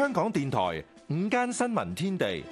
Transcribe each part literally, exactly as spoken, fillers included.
香港電台午間新聞天地，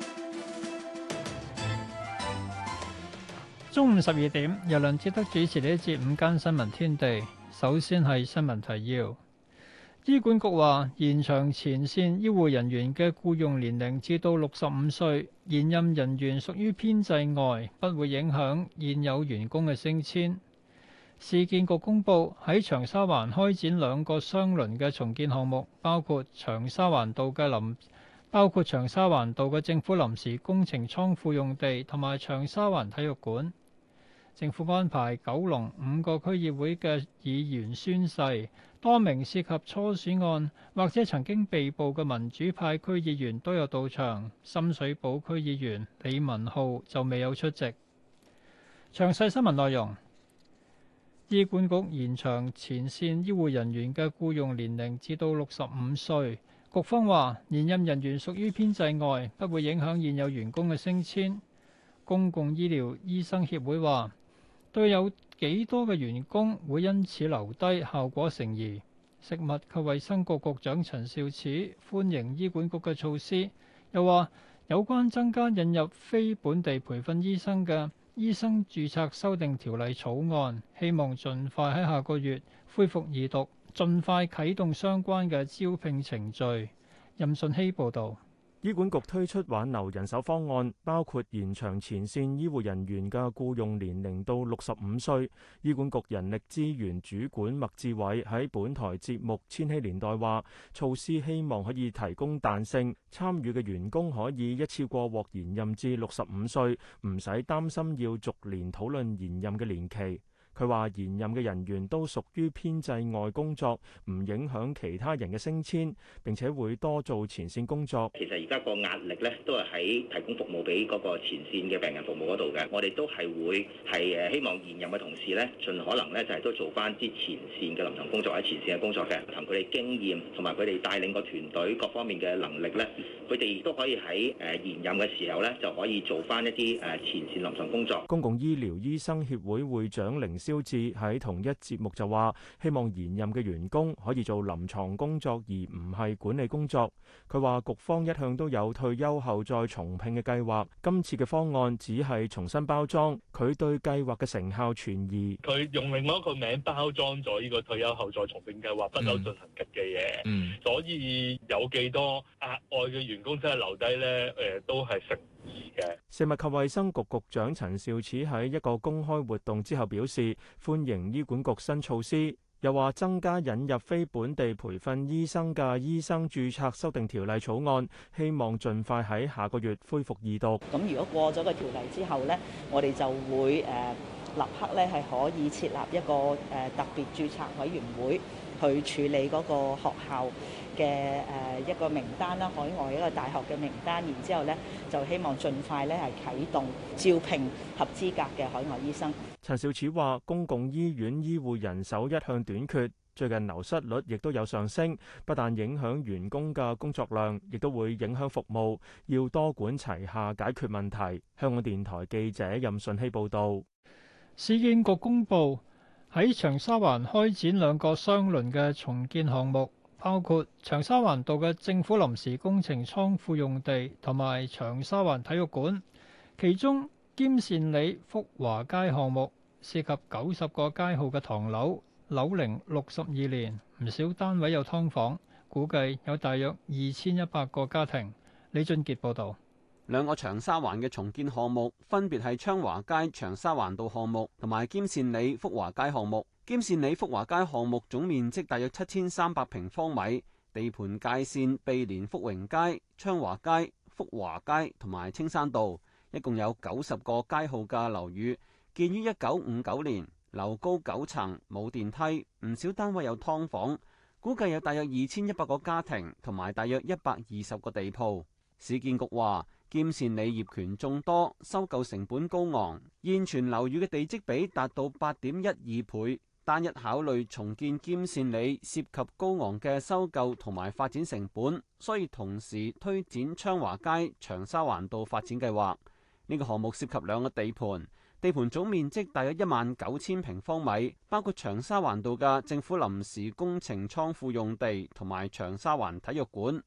中午十二點，由梁志德主持呢一節午間新聞天地。首先係新聞提要。醫管局話延長前線醫護人員嘅僱用年齡至到六十五歲，現任人員屬於編制外，不會影響現有員工嘅升遷。市建局公布喺長沙灣開展兩個雙輪嘅重建項目，包括長沙灣道嘅臨包括長沙灣道嘅政府臨時工程倉庫用地同埋長沙灣體育館。政府安排九龍五個區議會嘅議員宣誓，多名涉及初選案或者曾經被捕嘅民主派區議員都有到場。深水埗區議員李文浩就未有出席。詳細新聞內容。醫管局延長前線醫護人員嘅僱用年齡至到六十五歲。局方話現任人員屬於編制外，不會影響現有員工嘅升遷。公共醫療醫生協會話對有幾多嘅員工會因此留低效果成疑。食物及衛生局局長陳肇始歡迎醫管局嘅措施，又話有關增加引入非本地培訓醫生嘅醫生註冊修訂條例草案，希望盡快喺下個月恢復二讀，盡快啟動相關嘅招聘程序。任順希報導。 醫管局推出挽留人手方案，包括延長前線醫護人員嘅僱用年齡到六十五歲。醫管局人力資源主管麥志偉喺本台節目《千禧年代》話，措施希望可以提供彈性，參與嘅員工可以一次過獲延任至六十五歲，唔使擔心要逐年討論延任嘅年期。佢話延任嘅人員都屬於編制外工作，唔影響其他人嘅升遷，並且會多做前線工作。 其實而家個壓力咧，都係喺提供服務俾嗰個前線嘅病人服務嗰度嘅。我哋都係會係誒希望延任嘅同事咧，盡可能咧就係都做翻啲前線嘅臨床工作或者前線嘅工作嘅，憑佢哋經驗同埋佢哋帶領個團隊各方面嘅能力咧，佢哋亦都可以喺誒延任嘅時候咧，就可以做翻一啲誒前線臨床工作。 公共醫療醫生協會會長凌霄志喺同一節目就話，希望延任嘅員工可以做臨床工作，而唔係管理工作。佢話局方一向都有退休後再重聘嘅計劃，今次嘅方案只係重新包裝。佢對計劃嘅成效存疑。 佢用另外一個名包裝咗呢個退休後再重聘計劃不嬲進行緊嘅嘢，嗯、所以有幾多額外嘅員工真係留低咧？誒、呃，都係成疑嘅。 食物及衛生局局長陳肇始喺一個公開活動之後表示，歡迎醫管局新措施，又話增加引入非本地培訓醫生嘅醫生註冊修訂條例草案，希望盡快喺下個月恢復二讀。 咁如果過咗個條例之後呢，我哋就會誒、呃、立刻咧係可以設立一個誒、呃、特別註冊委員會去處理嗰個學校嘅誒、呃、一個名單啦，海外一個大學嘅名單，然之後呢，就希望盡快咧係啟動招聘合資格嘅海外醫生。 陳肇始話：公共醫院醫護人手一向短缺，最近流失率亦都有上升，不但影響員工嘅工作量，亦都會影響服務，要多管齊下解決問題。香港電台記者任順希報導。 市建局公布喺長沙灣開展兩個雙輪嘅重建項目，包括長沙灣道嘅政府臨時工程倉庫用地同埋長沙灣體育館。其中兼善里福華街項目涉及九十個街號嘅唐樓，樓齡六十二年，唔少單位有劏房，估計有大約二千一百個家庭。李俊傑報導。 兩個長沙灣嘅重建項目分別係昌華街長沙灣道項目同埋兼善里福華街項目。兼善里福華街項目總面積大約七千三百平方米，地盤界線毗連福榮街、昌華街、福華街同埋青山道，一共有九十個街號嘅樓宇，建於一九五九年，樓高九層，冇電梯，唔少單位有劏房，估計有大約二千一百個家庭同埋大約一百二十個地鋪。市建局話，兼善里業權眾多，收購成本高昂，現存樓宇嘅地積比達到八點一二倍。單一考慮重建兼善里涉及高昂嘅收購同埋發展成本，所以同時推展昌華街長沙灣道發展計劃。呢個項目涉及兩個地盤，地盤總面積大約一萬九千平方米，包括長沙灣道嘅政府臨時工程倉庫用地同埋長沙灣體育館。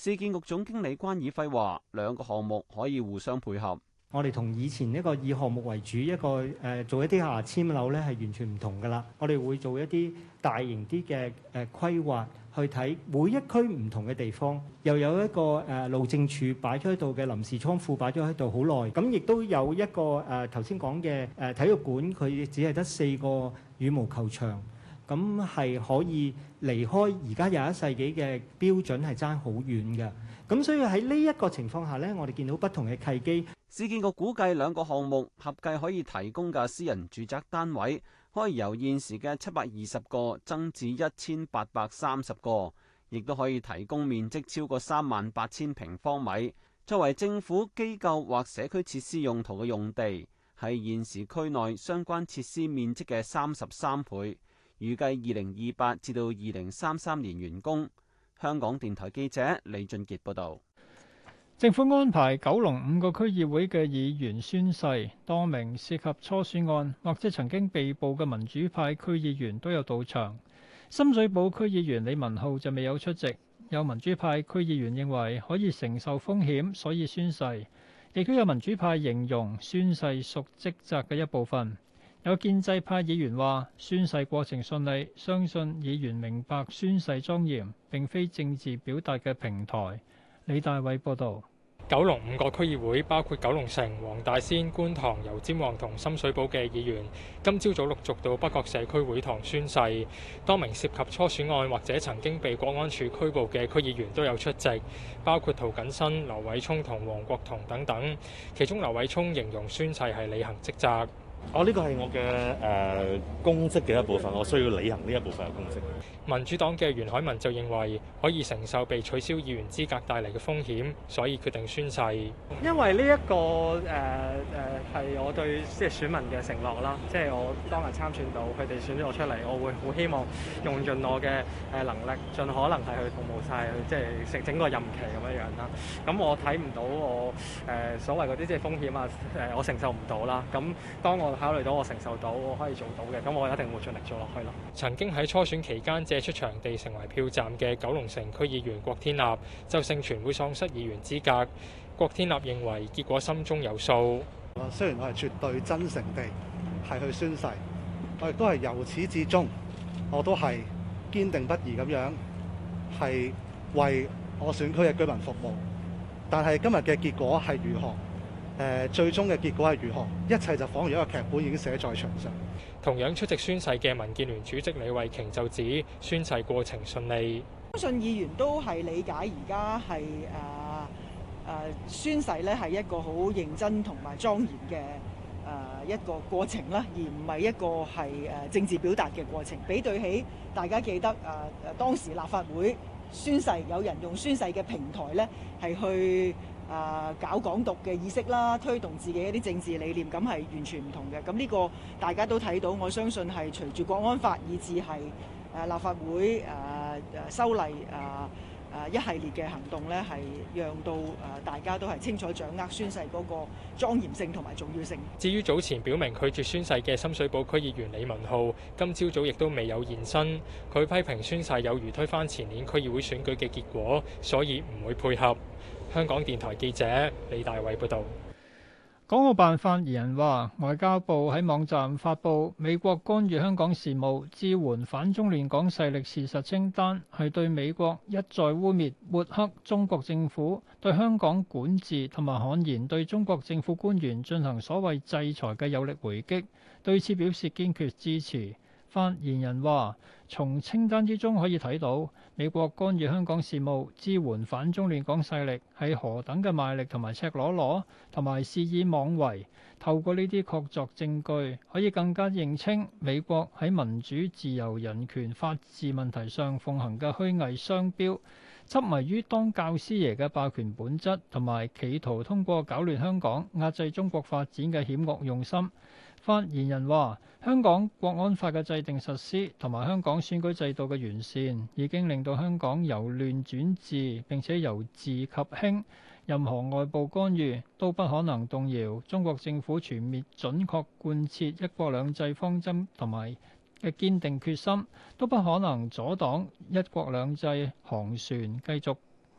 市建局總經理關以輝話：兩個項目可以互相配合。 我哋同以前一個以項目為主，一個誒、呃、做一啲牙籤樓咧係完全唔同㗎啦。我哋會做一啲大型啲嘅誒規劃，去睇每一區唔同嘅地方，又有一個誒、呃、路政署擺咗喺度嘅臨時倉庫擺咗喺度好耐。咁亦都有一個誒頭先講嘅誒體育館，佢只係得四個羽毛球場，咁係可以離開而家廿一世紀嘅標準係爭好遠嘅。咁所以喺呢一個情況下呢，我哋見到不同嘅契機。 市建局估計兩個項目合計可以提供嘅私人住宅單位，可以由現時嘅七百二十個增至一千八百三十個，亦都可以提供面積超過三萬八千平方米，作為政府機構或社區設施用途嘅用地，係現時區內相關設施面積嘅三十三倍。預計二零二八至到二零三三年完工。香港電台記者李俊傑報導。 政府安排九龍五個區議會嘅議員宣誓，多名涉及初選案或者曾經被捕嘅民主派區議員都有到場。深水埗區議員李文浩就未有出席。有民主派區議員認為可以承受風險，所以宣誓。亦都有民主派形容宣誓屬職責嘅一部分。有建制派議員話宣誓過程順利，相信議員明白宣誓莊嚴並非政治表達嘅平台。李大偉報導。 九龍五個區議會包括九龍城、黃大仙、觀塘、油尖旺同深水埗嘅議員，今朝早陸續到北角社區會堂宣誓。多名涉及初選案或者曾經被國安處拘捕嘅區議員都有出席，包括涂謹申、劉偉聰同黃國桐等等。其中劉偉聰形容宣誓係履行職責。 我呢個係我嘅誒、呃、公職嘅一部分，我需要履行呢一部分嘅公職。 民主黨嘅袁海文就認為可以承受被取消議員資格帶嚟嘅風險，所以決定宣誓。 因為呢、這、一個誒誒係我對即係選民嘅承諾啦，即係我當日參選到佢哋選咗我出嚟，我會好希望用盡我嘅誒能力，盡可能係去服務晒佢，即係成整個任期咁樣樣啦。咁我睇唔到我誒、呃、所謂嗰啲即係風險啊，誒我承受唔到啦。咁當我考慮到我承受到，我可以做到嘅，咁我一定會盡力做落去咯。 曾經喺初選期間借出場地成為票站嘅九龍城區議員郭天立就盛傳會喪失議員資格。郭天立認為結果心中有數。 雖然我係絕對真誠地係去宣誓，我亦都係由始至終我都係堅定不移咁樣係為我選區嘅居民服務。但係今日嘅結果係如何？誒最終嘅結果係如何？一切就仿如一個劇本已經寫在牆上。 同樣出席宣誓嘅民建聯主席李慧瓊就指宣誓過程順利。 相信議員都係理解而家係誒誒宣誓咧係一個好認真同埋莊嚴嘅誒一個過程啦，而唔係一個係誒政治表達嘅過程。比對起大家記得誒誒當時立法會宣誓，有人用宣誓嘅平台咧係去啊！搞港獨嘅意識啦，推動自己一啲政治理念，咁係完全唔同嘅。咁呢個大家都睇到，我相信係隨住國安法以至係誒立法會誒誒修例誒誒一系列嘅行動咧，係讓到誒大家都係清楚掌握宣誓嗰個莊嚴性同埋重要性。 至於早前表明拒絕宣誓嘅深水埗區議員李文浩，今朝早亦都未有現身。佢批評宣誓有如推翻前年區議會選舉嘅結果，所以唔會配合。香港電台記者李大偉報導。 港澳辦發言人話，外交部喺網站發布美國干預香港事務、支援反中亂港勢力事實清單，係對美國一再污蔑抹黑中國政府、對香港管治同埋悍然對中國政府官員進行所謂制裁嘅有力回擊，對此表示堅決支持。發言人話，從清單之中可以睇到美國干預香港事務、支援反中亂港勢力係何等嘅賣力同埋赤裸裸，同埋肆意妄為。透過呢啲確鑿證據，可以更加認清美國喺民主、自由、人權、法治問題上奉行嘅虛偽商標，執迷於當教師爺嘅霸權本質，同埋企圖通過搞亂香港、壓制中國發展嘅險惡用心。發言人話，香港國安法嘅制定實施同埋香港選舉制度嘅完善，已經令到香港由亂轉治，並且由治及興。任何外部干預都不可能動搖中國政府全面準確貫徹一國兩制方針同埋嘅堅定決心，都不可能阻擋一國兩制航船繼續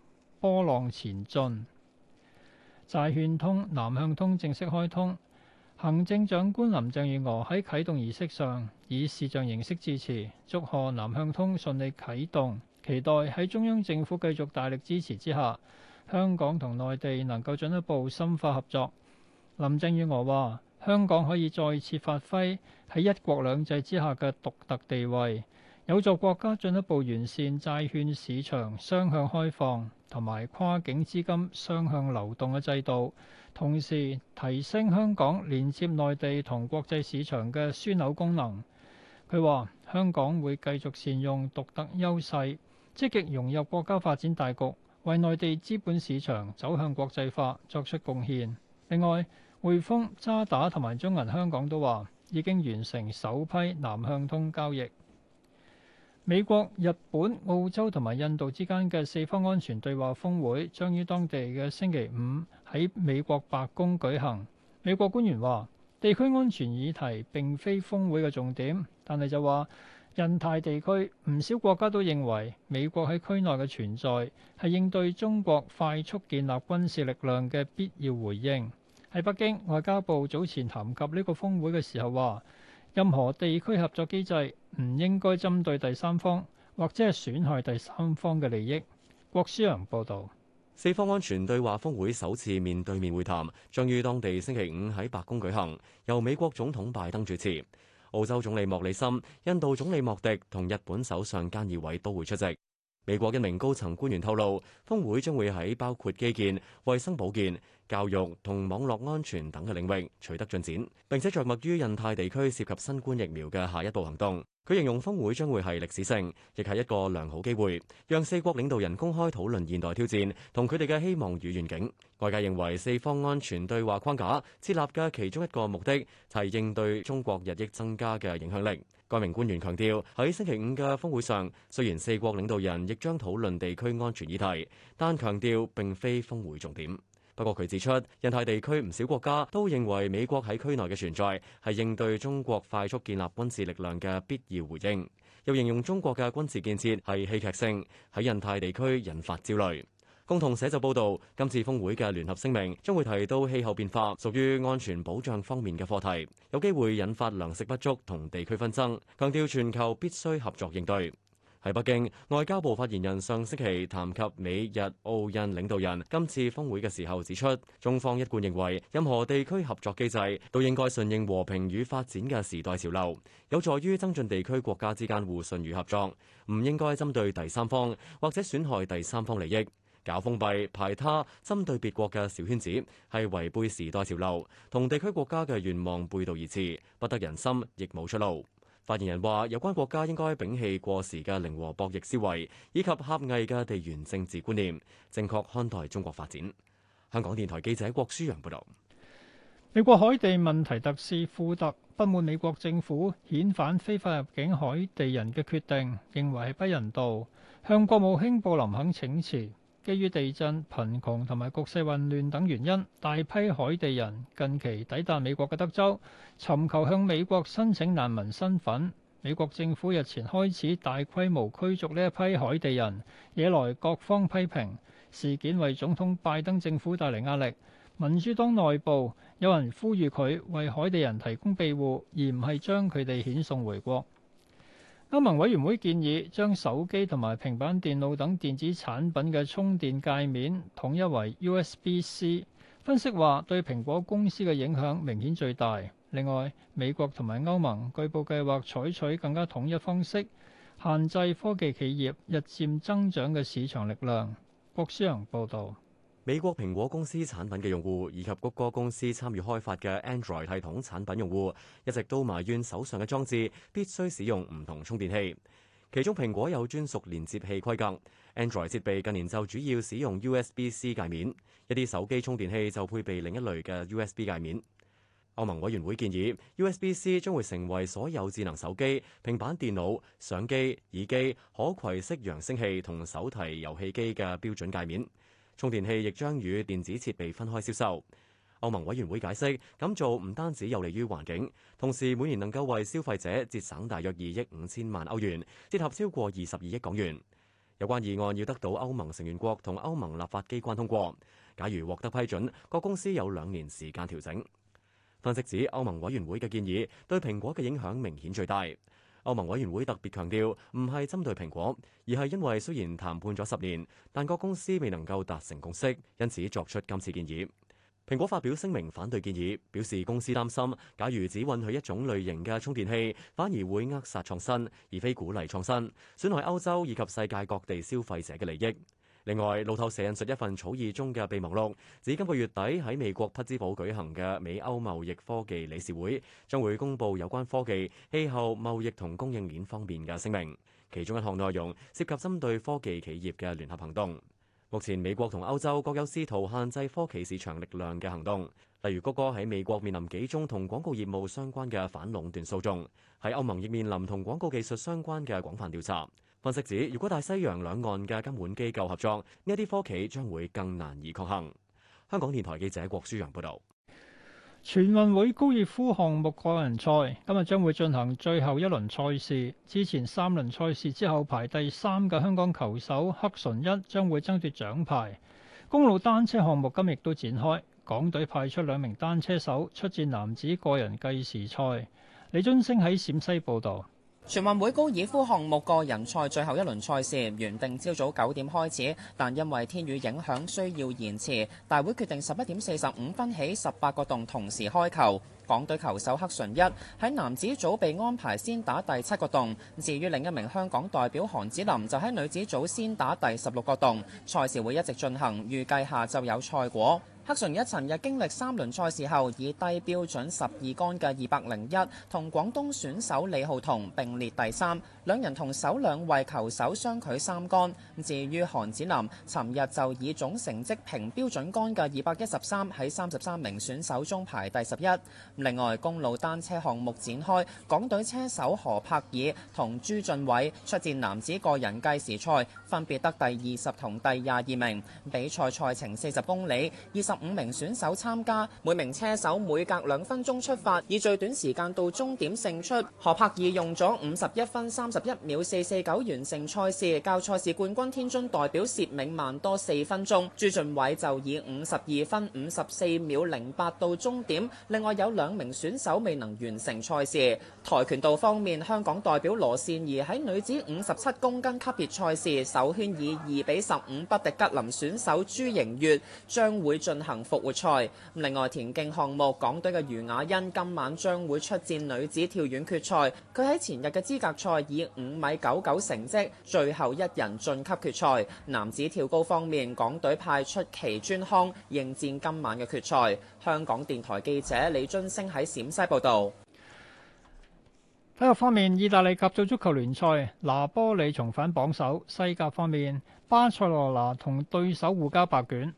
波浪前進。債券通、南向通正式開通，行政長官林鄭月娥喺啟動儀式上以視像形式致辭，祝賀南向通順利啟動，期待喺中央政府繼續大力支持之下，香港同內地能夠進一步深化合作。林鄭月娥話：香港可以再次發揮喺一國兩制之下嘅獨特地位，有助國家進一步完善債券市場雙向開放同埋跨境資金雙向流動嘅制度，同時提升香港連接內地同國際市場嘅樞紐功能。佢話：香港會繼續善用獨特優勢，積極融入國家發展大局，為內地資本市場走向國際化作出貢獻。另外，匯豐、渣打同埋中銀香港都話已經完成首批南向通交易。美國、日本、澳洲同埋印度之間嘅四方安全對話峰會將於當地嘅星期五喺美國白宮舉行。美國官員話，地區安全議題並非峰會嘅重點，但係就話印太地區唔少國家都認為美國喺區內嘅存在係應對中國快速建立軍事力量嘅必要回應。喺北京，外交部早前談及呢個峰會嘅時候話，任何地區合作機制唔應該針對第三方或者係損害第三方嘅利益。郭書陽報導。 四方安全對話峰會首次面對面會談將於當地星期五喺白宮舉行，由美國總統拜登主持，澳洲總理莫里森、印度總理莫迪同日本首相菅義偉都會出席。美國一名高層官員透露，峰會將會喺包括基建、衛生保健、教育同網絡安全等嘅領域取得進展，並且着墨於印太地區涉及新冠疫苗嘅下一步行動。佢形容峰會將會係歷史性，亦係一個良好機會，讓四國領導人公開討論現代挑戰同佢哋嘅希望與願景。外界認為四方安全對話框架設立嘅其中一個目的係應對中國日益增加嘅影響力。該名官員強調，喺星期五嘅峰會上，雖然四國領導人亦將討論地區安全議題，但強調並非峰會重點。不過佢指出，印太地區唔少國家都認為美國喺區內嘅存在係應對中國快速建立軍事力量嘅必要回應，又形容中國嘅軍事建設係戲劇性，喺印太地區引發焦慮。共同社就報導，今次峰會嘅聯合聲明將會提到氣候變化屬於安全保障方面嘅課題，有機會引發糧食不足同地區紛爭，強調全球必須合作應對。喺北京，外交部發言人上星期談及美日澳印領導人今次峰會嘅時候指出，中方一貫認為任何地區合作機制都應該順應和平與發展嘅時代潮流，有助於增進地區國家之間互信與合作，唔應該針對第三方或者損害第三方利益，搞封閉、排他、針對別國嘅小圈子，係違背時代潮流，同地區國家嘅願望背道而馳，不得人心，亦冇出路。發言人話：有關國家應該摒棄過時嘅零和博弈思維，以及狹隘嘅地緣政治觀念，正確看待中國發展。香港電台記者郭舒陽報導。 美國海地問題特使庫特不滿美國政府遣返非法入境海地人嘅決定，認為係不人道，向國務卿布林肯請辭。基於地震、貧窮同埋局勢混亂等原因，大批海地人近期抵達美國嘅德州，尋求向美國申請難民身份。美國政府日前開始大規模驅逐呢一批海地人，惹來各方批評。事件為總統拜登政府帶嚟壓力。民主黨內部有人呼籲佢為海地人提供庇護，而唔係將佢哋遣送回國。歐盟委員會建議將手機同埋平板電腦等電子產品嘅充電界面統一為 U S B C。分析話對蘋果公司嘅影響明顯最大。另外，美國同埋歐盟據報計劃採取更加統一方式，限制科技企業日漸增長嘅市場力量。郭書陽報導。 美國蘋果公司產品嘅用戶以及谷歌公司參與開發嘅 Android 系統產品用戶，一直都埋怨手上嘅裝置必須使用唔同充電器。其中蘋果有專屬連接器規格 ，Android 設備近年就主要使用 U S B C 界面，一啲手機充電器就配備另一類嘅 U S B 界面。歐盟委員會建議 U S B C 將會成為所有智能手機、平板電腦、相機、耳機、可攜式揚聲器同手提遊戲機嘅標準界面。充電器亦將與電子設備分開銷售。歐盟委員會解釋，咁做唔單止有利於環境，同時每年能夠為消費者節省大約二億五千萬歐元，折合超過二十二億港元。 有關議案要得到歐盟成員國同歐盟立法機關通過。假如獲得批准，各公司有兩年時間調整。分析指歐盟委員會嘅建議對蘋果嘅影響明顯最大。歐盟委員會特別強調，唔係針對蘋果，而係因為雖然談判咗十年，但各公司未能夠達成共識，因此作出今次建議。蘋果發表聲明反對建議，表示公司擔心，假如只允許一種類型嘅充電器，反而會扼殺創新，而非鼓勵創新，損害歐洲以及世界各地消費者嘅利益。另外，路透社引述一份草擬中嘅備忘錄，指今個月底喺美國匹茲堡舉行嘅美歐貿易科技理事會，將會公布有關科技、氣候、貿易同供應鏈方面嘅聲明。其中一項內容涉及針對科技企業嘅聯合行動。目前美國同歐洲各有試圖限制科技市場力量嘅行動，例如谷歌喺美國面臨幾宗同廣告業務相關嘅反壟斷訴訟，喺歐盟亦面臨同廣告技術相關嘅廣泛調查。分析指，如果大西洋兩岸嘅監管機構合作，呢一啲科企將會更難以抗衡。香港電台記者郭舒陽報導。 全運會高爾夫項目個人賽今日將會進行最後一輪賽事，之前三輪賽事之後排第三嘅香港球手黑純一將會爭奪獎牌。公路單車項目今日亦都展開，港隊派出兩名單車手出戰男子個人計時賽。李津星喺陝西報導。 全運會高爾夫項目個人賽最後一輪賽事原定朝早九點開始，但因為天雨影響需要延遲。大會決定十一點四十五分起十八個洞同時開球。港隊球手黑純一喺男子組被安排先打第七個洞，至於另一名香港代表韓子琳就喺女子組先打第十六個洞。賽事會一直進行，預計下晝有賽果。黑純一尋日經歷三輪賽事後，以低標準十二桿嘅二百零一同廣東選手李浩彤並列第三，兩人同首兩位球手相距三桿。至於韓子琳，尋日就以總成績平標準桿嘅二百一十三喺三十三名選手中排第十一。另外，公路單車項目展開，港隊車手何柏爾同朱俊偉出戰男子個人計時賽，分別得第二十同第廿二名。比賽賽程四十公里，二十五名選手參加，每名車手每隔兩分鐘出發，以最短時間到終點勝出。何柏爾用咗五十一分三十一秒四四九完成賽事，較賽事冠軍天津代表薛銘慢多四分鐘。朱俊偉就以五十二分五十四秒零八到終點。另外有兩名選手未能完成賽事。跆拳道方面，香港代表羅善儀喺女子五十七公斤級別賽事首圈以二比十五不敵吉林選手朱盈月，將會進行復活賽。另外田徑項目，港隊嘅余雅欣今晚將會出戰女子跳遠決賽。佢喺前日嘅資格賽以五米九九成績最後一人晉級決賽。男子跳高方面，港隊派出祁尊康應戰今晚嘅決賽。香港電台記者李津星喺陝西報道。 體育方面，意大利甲組足球聯賽，拿波里重返榜首。西甲方面，巴塞羅那同對手互交白卷。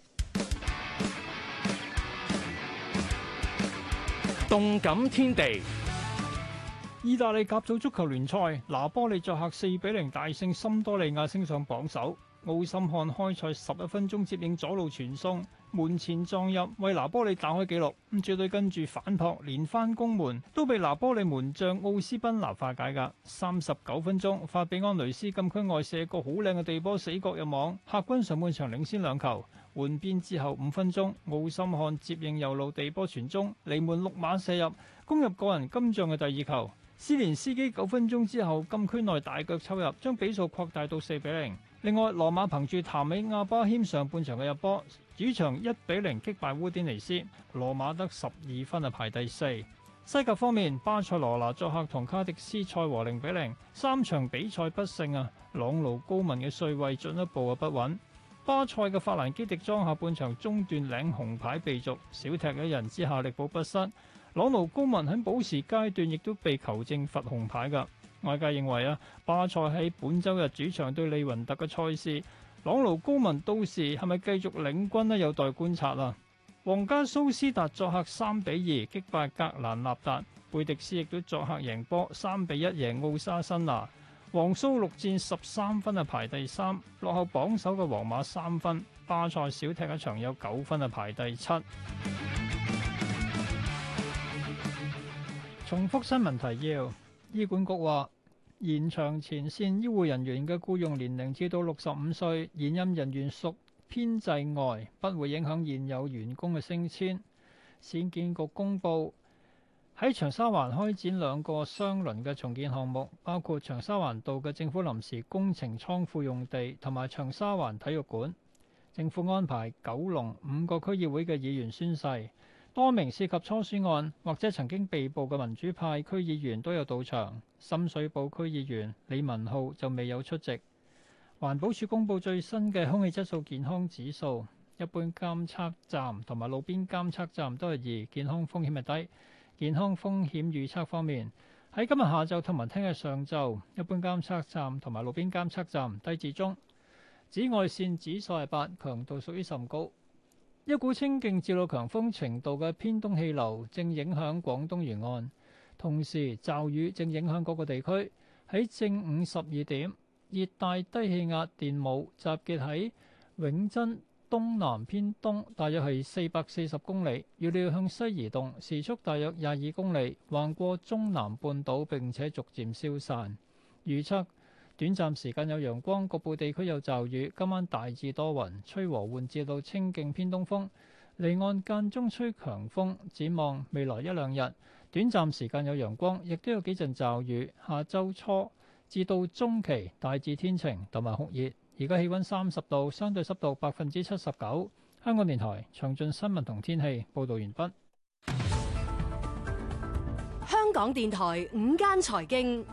動感天地， 意大利甲組足球聯賽，拿波里作客四比零大勝森多利亞，升上榜首。奧森漢開賽十一分鐘接應左路傳送，門前撞入，為拿波里打開紀錄。咁主隊跟住反撲，連番攻門都被拿波里門將奧斯賓拿化解㗎。三十九分鐘，法比安雷斯禁區外射個好靚嘅地波死角入網，客軍上半場領先兩球。換邊之後五分鐘，奧森漢接應右路地波傳中，離門六碼射入，攻入個人今仗嘅第二球。斯連斯基九分鐘之後禁區內大腳抽入，將比數擴大到四比零。另外，羅馬憑住譚美亞巴謙上半場嘅入波，主場一比零擊敗烏甸尼斯，羅馬得十二分啊，排第四。西甲方面，巴塞羅那作客同卡迪斯賽和零比零，三場比賽不勝啊，朗奴高文嘅帥位進一步啊不穩。巴塞嘅法蘭基迪莊下半場中段領紅牌被逐，小踢一人之下力保不失。朗奴高文喺補時階段亦都被球證罰紅牌㗎。外界認為啊，巴塞喺本周日主場對利雲特嘅賽事，朗奴高文到時係咪繼續領軍呢？有待觀察啦。皇家蘇斯達作客三比二擊敗格蘭納達，貝迪斯亦都作客贏波三比一贏奧沙辛拿。皇蘇六戰十三分啊，排第三，落後榜首嘅皇馬三分。巴塞少踢一場有九分啊，排第七。重複新聞提要。醫管局話， 延長前線醫護人員嘅僱用年齡至到六十五歲，現任人員屬編制外，不會影響現有員工嘅升遷。市建局公佈喺長沙灣開展兩個相鄰嘅重建項目，包括長沙灣道嘅政府臨時工程倉庫用地同埋長沙灣體育館。政府安排九龍五個區議會嘅議員宣誓，多名涉及初選案或者曾經被捕嘅民主派區議員都有到場。深水埗區議員李文浩就未有出席。環保署公佈最新嘅空氣質素健康指數，一般監測站同埋路邊監測站都係二，健康風險係低。健康風險預測方面，喺今日下晝同埋聽日上晝，一般監測站同埋路邊監測站低至中。紫外線指數係八，強度屬於甚高。一股清勁至到強風程度嘅偏東氣流正影響廣東沿岸，同時驟雨正影響各個地區。喺正午十二點，熱帶低氣壓電母集結喺永珍東南偏東，大約係四百四十公里，預料向西移動，時速大約廿二公里，橫過中南半島並且逐漸消散。預測短暫時間有陽光，局部地區有驟雨。今晚大致多雲，吹和緩至到清勁偏東風，離岸間中吹強風。展望未來一兩日，短暫時間有陽光，亦都有幾陣驟雨。下週初至到中期大致天晴同埋酷熱。而家氣溫三十度，相對濕度百分之七十九。香港電台詳盡新聞同天氣報導完畢。 香港電台午間財經，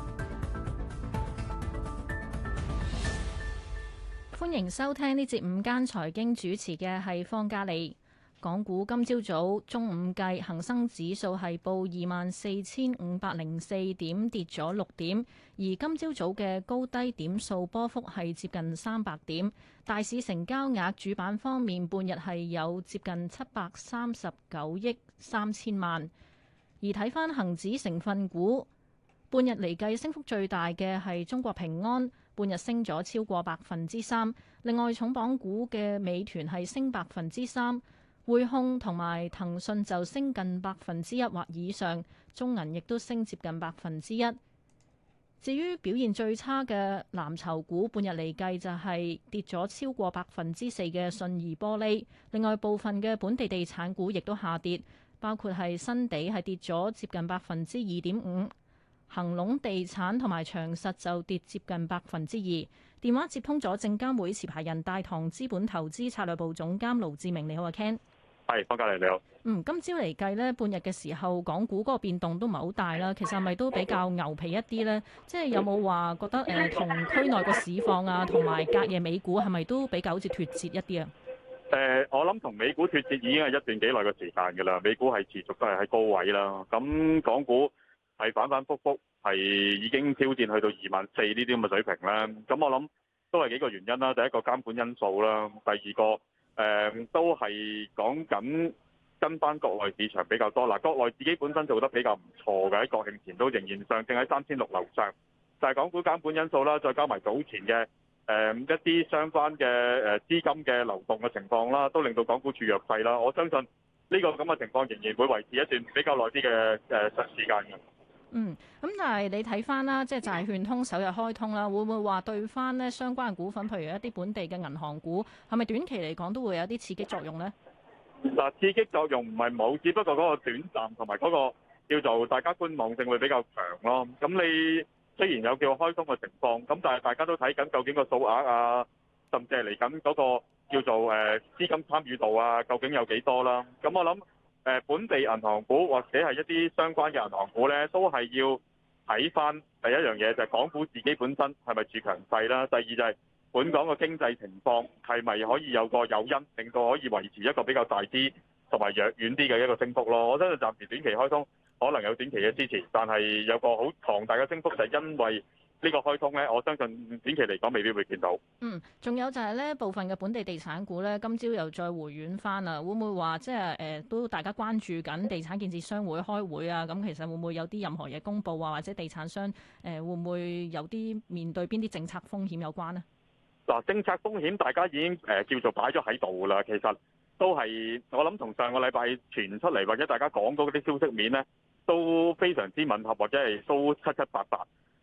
歡迎收聽呢節午間財經，主持嘅係方嘉利。港股今朝早中午計，恒生指數係報二萬四千五百零四點，跌咗六點。而今朝早嘅高低點數波幅係接近三百點。大市成交額主板方面，半日係有接近七百三十九億三千萬。而睇返恒指成分股，半日嚟計升幅最大嘅係中國平安，半日升咗超過百分之三。另外重磅股嘅美團係升百分之三。匯控同埋騰訊就升近百分之一或以上，中銀亦都升接近百分之一。至於表現最差嘅藍籌股，半日嚟計就係跌咗超過百分之四嘅信義玻璃。另外部分嘅本地地產股亦都下跌，包括係新地係跌咗接近百分之二點五，恒隆地產同埋長實就跌接近百分之二。電話接通咗證監會持牌人大唐資本投資策略部總監盧志明，你好啊 Ken。 係，方嘉莉你好。 嗯，今朝嚟計呢，半日嘅時候，港股嗰個變動都唔係好大啦。其實係咪都比較牛皮一啲呢？即係有冇話覺得誒，同、呃、區內個市況啊，同埋隔夜美股係咪都比較好似脫節一啲啊？ 誒、呃，我諗同美股脫節已經係一段幾耐嘅時間㗎啦。美股係持續都係喺高位啦。咁港股係反反覆覆，係已經挑戰去到二萬四呢啲咁嘅水平啦。咁我諗都係幾個原因啦。第一個監管因素啦，第二個。誒、嗯、都係講緊跟翻國內市場比較多，嗱國內自己本身做得比較唔錯嘅，喺國慶前都仍然上證喺三千六樓上，就係港股監管因素啦，再加埋早前嘅誒、嗯、一啲相關嘅誒資金嘅流動嘅情況啦，都令到港股處弱勢啦。我相信呢個咁嘅情況仍然會維持一段比較耐啲嘅誒時間嘅。 嗯，咁但係你睇翻啦，即係債券通首日開通啦，會唔會話對翻呢相關嘅股份，譬如一啲本地嘅銀行股，係咪短期嚟講都會有啲刺激作用呢？ 嗱，刺激作用唔係冇，只不過嗰個短暫同埋嗰個叫做大家觀望性會比較強咯。咁你雖然有叫開通嘅情況，咁但係大家都睇緊究竟個數額啊，甚至係嚟緊嗰個叫做誒資金參與度啊，究竟有幾多啦？咁我諗。誒本地銀行股或者係一啲相關嘅銀行股咧，都係要睇翻第一樣嘢，就係港股自己本身係咪住強勢啦。第二就係本港嘅經濟情況係咪可以有個誘因，令到可以維持一個比較大啲同埋弱遠啲嘅一個升幅咯。我相信暫時短期開通可能有短期嘅支持，但係有個好龐大嘅升幅就係因為呢個開通咧，我相信短期嚟講未必會見到。 嗯，仲有就係呢部分嘅本地地產股咧，今朝又再回軟翻啦。會唔會話即係誒都大家關注緊地產建設商會開會啊？咁其實會唔會有啲任何嘢公佈啊？或者地產商誒、呃、會唔會有啲面對邊啲政策風險有關呢？ 嗱，政策風險大家已經誒叫做擺咗喺度啦。其實都係我諗同上個禮拜傳出嚟或者大家講嗰啲消息面咧，都非常之吻合或者係都七七八八。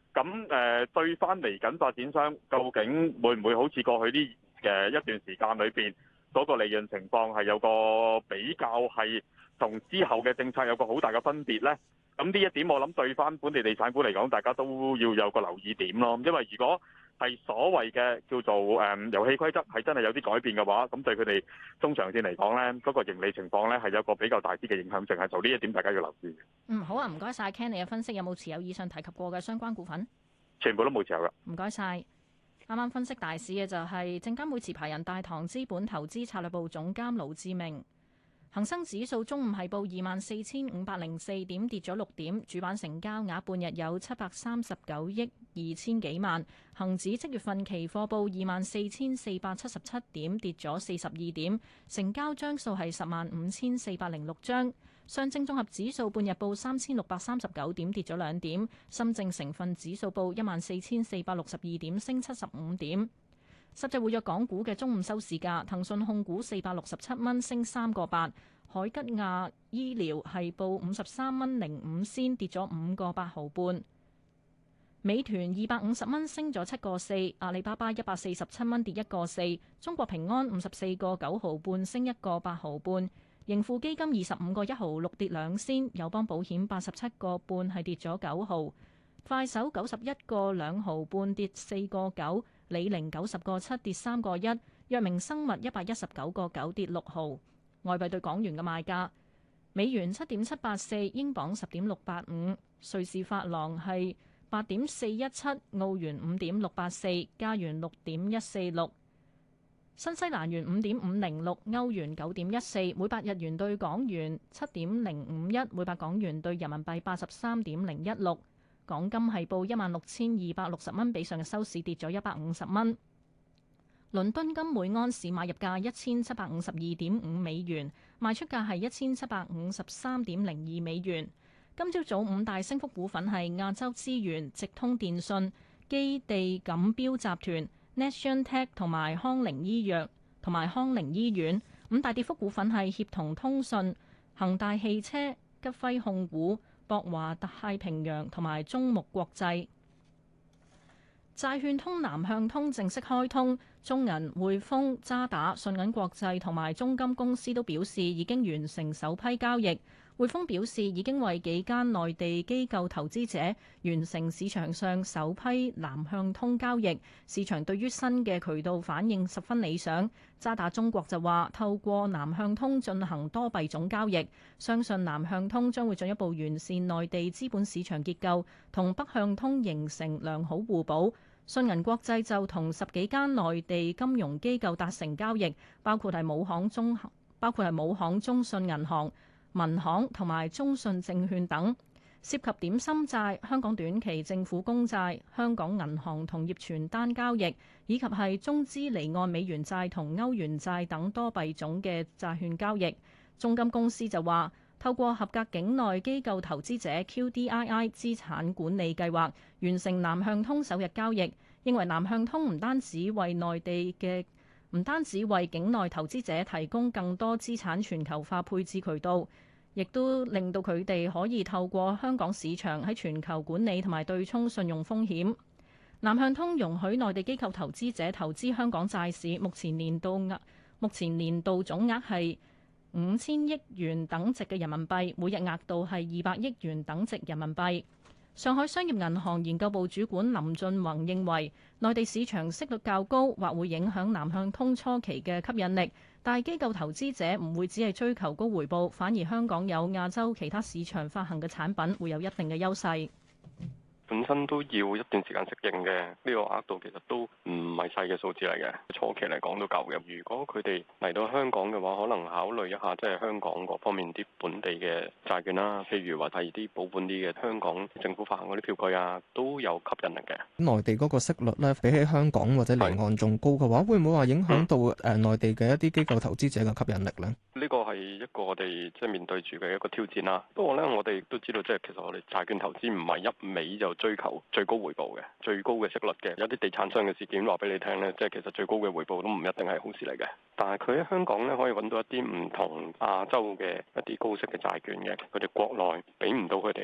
咁誒對翻嚟緊發展商，究竟會唔會好似過去呢嘅一段時間裏邊嗰個利潤情況係有個比較係同之後嘅政策有個好大嘅分別呢？咁呢一點我諗對翻本地地產股嚟講，大家都要有個留意點咯。因為如果係所謂嘅叫做誒、嗯、遊戲規則係真係有啲改變嘅話，咁對佢哋中長線嚟講呢，嗰、那個盈利情況呢係有個比較大啲嘅影響性喺度。呢一點大家要留意。 嗯，好啊，唔該晒 Ken 你嘅分析，有冇持有以上提及過嘅相關股份？ 全部都冇持有㗎。 唔該晒。啱啱分析大市嘅就係證監會持牌人大唐資本投資策略部總監盧志明。恒生指數中午係報二萬四千五百零四點，跌咗六點。主板成交額半日有七百三十九億二千幾萬。恒指即月份期貨報二萬四千四百七十七點，跌咗四十二點。成交張數係十萬五千四百零六張。上證綜合指數半日報三千六百三十九點，跌咗兩點。深證成分指數報一萬四千四百六十二點，升七十五點。實際活躍港股嘅中午收市價，騰訊控股四百六十七蚊，升三個八；海吉亞醫療係報五十三蚊零五仙，跌咗五個八毫半；美團二百五十蚊，升咗七個四；阿里巴巴一百四十七蚊，跌一個四；中國平安五十四個九毫半，升一個八毫半；盈富基金二十五個一毫六，跌兩仙；友邦保險八十七個半，係跌咗九毫；快手九十一個兩毫半，跌四個九。李寧九十個七，跌三個一，藥明生物一百一十九個九，跌六毫。外幣對港元嘅賣價：美元七點七八四，英鎊十點六八五，瑞士法郎係八點四一七，澳元五點六八四，加元六點一四六，新西蘭元五點五零六，歐元九點一四，每百日元對港元七點零五一，每百港元對人民幣八十三點零一六。港金係報一萬六千二百六十蚊，比上日收市跌咗一百五十蚊。倫敦金每安士買入價一千七百五十二點五美元，賣出價係一千七百五十三點零二美元。今朝早五大升幅股份係亞洲資源、直通電訊、基地錦標集團、Nation Tech 同埋康寧醫藥同埋康寧醫院。五大跌幅股份係協同通訊、恒大汽車、吉輝控股、博華太平洋同埋中牧國際。債券通南向通正式開通，中銀、匯豐、渣打、信銀國際同埋中金公司都表示已經完成首批交易。匯豐表示已經為幾間內地機構投資者完成市場上首批南向通交易，市場對於新嘅渠道反應十分理想。渣打中國就話透過南向通進行多幣種交易，相信南向通將會進一步完善內地資本市場結構，同北向通形成良好互補。信銀國際就同十幾間內地金融機構達成交易，包括係母行中包括係母行中信銀行、民行同埋中信證券等，涉及點心債、香港短期政府公債、香港銀行同業傳單交易，以及係中資離岸美元債同歐元債等多幣種嘅債券交易。中金公司就話，透過合格境內機構投資者 Q D I I 資產管理計劃，完成南向通首日交易，認為南向通唔單止為內地嘅唔單止為境內投資者提供更多資產全球化配置渠道，亦都令到佢哋可以透過香港市場喺全球管理同埋對沖信用風險。南向通容許內地機構投資者投資香港債市，目前年度額目前年度總額係五千億元等值嘅人民幣，每日額度係二百億元等值人民幣。上海商業銀行研究部主管林俊宏認為，內地市場息率較高，或會影響南向通初期嘅吸引力，但係機構投資者唔會只係追求高回報，反而香港有亞洲其他市場發行嘅產品會有一定嘅優勢。 本身都要一段時間適應嘅，呢個額度其實都唔係細嘅數字嚟嘅，初期嚟講都夠嘅。如果佢哋嚟到香港嘅話，可能考慮一下即係香港嗰方面啲本地嘅債券啦，譬如話係啲保本啲嘅香港政府發行嗰啲票據啊，都有吸引力嘅。 內地嗰個息率咧，比起香港或者離岸仲高嘅話，會唔會話影響到誒內地嘅一啲機構投資者嘅吸引力咧？ 呢個係一個我哋即係面對住嘅一個挑戰啦。不過咧，我哋都知道即係其實我哋債券投資唔係一味就追求最高回報嘅，最高嘅息率嘅。有啲地產商嘅事件話俾你聽咧，即係其實最高嘅回報都唔一定係好事嚟嘅。但係佢喺香港咧可以揾到一啲唔同亞洲嘅一啲高息嘅債券嘅，佢哋國內俾唔到佢哋嘅。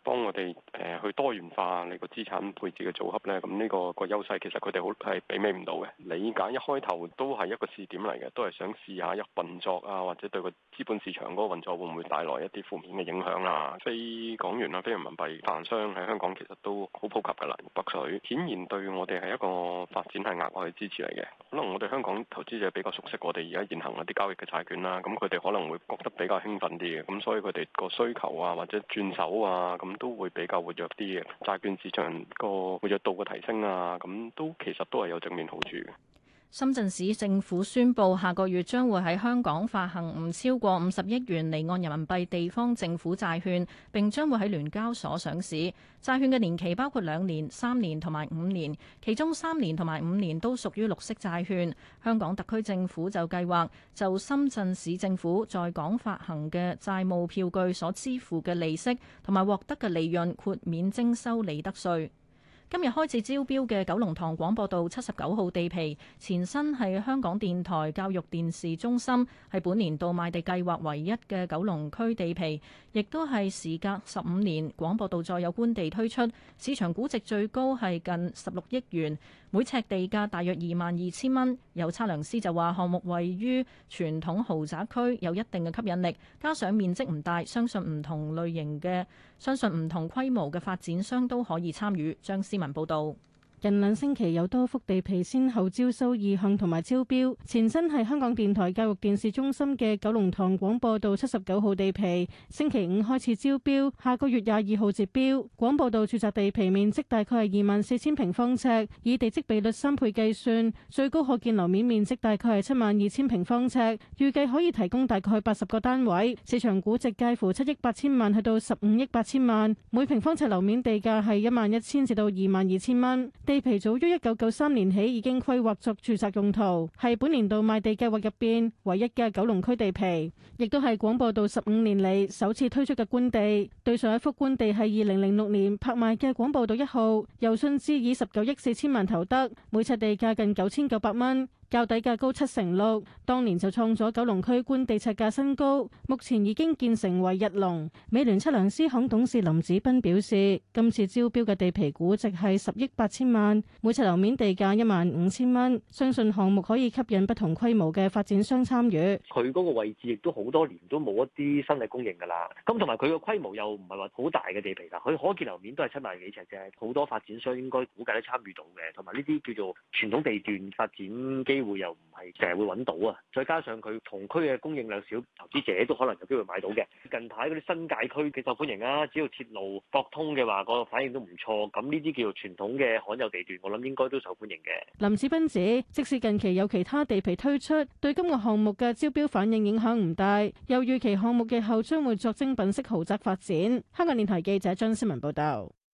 幫我哋誒去多元化你個資產配置嘅組合咧，咁呢個個優勢其實佢哋好係媲美唔到嘅。理解一開頭都係一個試點嚟嘅，都係想試下一運作啊，或者對個資本市場嗰個運作會唔會帶來一啲負面嘅影響啊？非港元啊，非人民幣發行商喺香港其實都好普及㗎啦，北水顯然對我哋係一個發展係額外嘅支持嚟嘅。可能我哋香港投資者比較熟悉我哋而家現行一啲交易嘅債券啦，咁佢哋可能會覺得比較興奮啲嘅，咁所以佢哋個需求啊或者轉手啊，咁都會比較活躍啲嘅。債券市場個活躍度嘅提升啊，咁都其實都係有正面好處嘅。 深圳市政府宣布，下個月將會喺香港發行唔超過五十億元離岸人民幣地方政府債券，並將會喺聯交所上市。債券嘅年期包括兩年、三年同埋五年，其中三年同埋五年都屬於綠色債券。香港特區政府就計劃就深圳市政府在港發行嘅債務票據所支付嘅利息同埋獲得嘅利潤豁免徵收利得稅。今日開始招標嘅九龍塘廣播道七十九號地皮，前身係香港電台教育電視中心，係本年度賣地計劃唯一嘅九龍區地皮，亦都係時隔十五年廣播道再有官地推出，市場估值最高係近十六億元，每尺地價大約二萬二千蚊。有測量師就話，項目位於傳統豪宅區，有一定嘅吸引力，加上面積唔大，相信唔同類型嘅、相信唔同規模嘅發展商都可以參與。張思文報導。 近兩星期有多幅地皮先後招收意向同埋招標，前身係香港電台教育電視中心嘅九龍塘廣播道七十九號地皮，星期五開始招標，下個月廿二號截標。廣播道住宅地皮面積大概係二萬四千平方尺，以地積比率三倍計算，最高可建樓面面積大概係七萬二千平方尺，預計可以提供大概八十個單位，市場估值介乎七億八千萬去到十五億八千萬，每平方尺樓面地價係一萬一千至到二萬二千蚊。地皮早於一九九三年起已經規劃作住宅用途，係本年度賣地計劃入邊唯一嘅九龍區地皮，亦都係廣播道十五年嚟首次推出嘅官地。對上一幅官地係二零零六年拍賣嘅廣播道一號，由信置以十九億四千萬投得，每尺地價近九千九百蚊。較底價高七成六，當年就創咗九龍區官地尺價新高，目前已經建成為日龍。美聯測量師行董事林子斌表示，今次招標嘅地皮估值係十億八千萬，每尺樓面地價一萬五千蚊，相信項目可以吸引不同規模嘅發展商參與。 佢嗰個位置亦都好多年都冇一啲新嘅供應㗎啦，咁同埋佢個規模又唔係話好大嘅地皮啦，佢可建樓面都係七萬幾尺啫，好多發展商應該估計都參與到嘅，同埋呢啲叫做傳統地段發展機會又唔係成日會揾到啊！再加上佢同區嘅供應量少，投資者都可能有機會買到嘅。近排嗰啲新界區幾受歡迎啊！只要鐵路駁通嘅話，個反應都唔錯。咁呢啲叫做傳統嘅罕有地段，我諗應該都受歡迎嘅。 林子斌指，即使近期有其他地皮推出，對今個項目嘅招標反應影響唔大。又預期項目嘅後將會作精品式豪宅發展。香港電台記者張思文報道。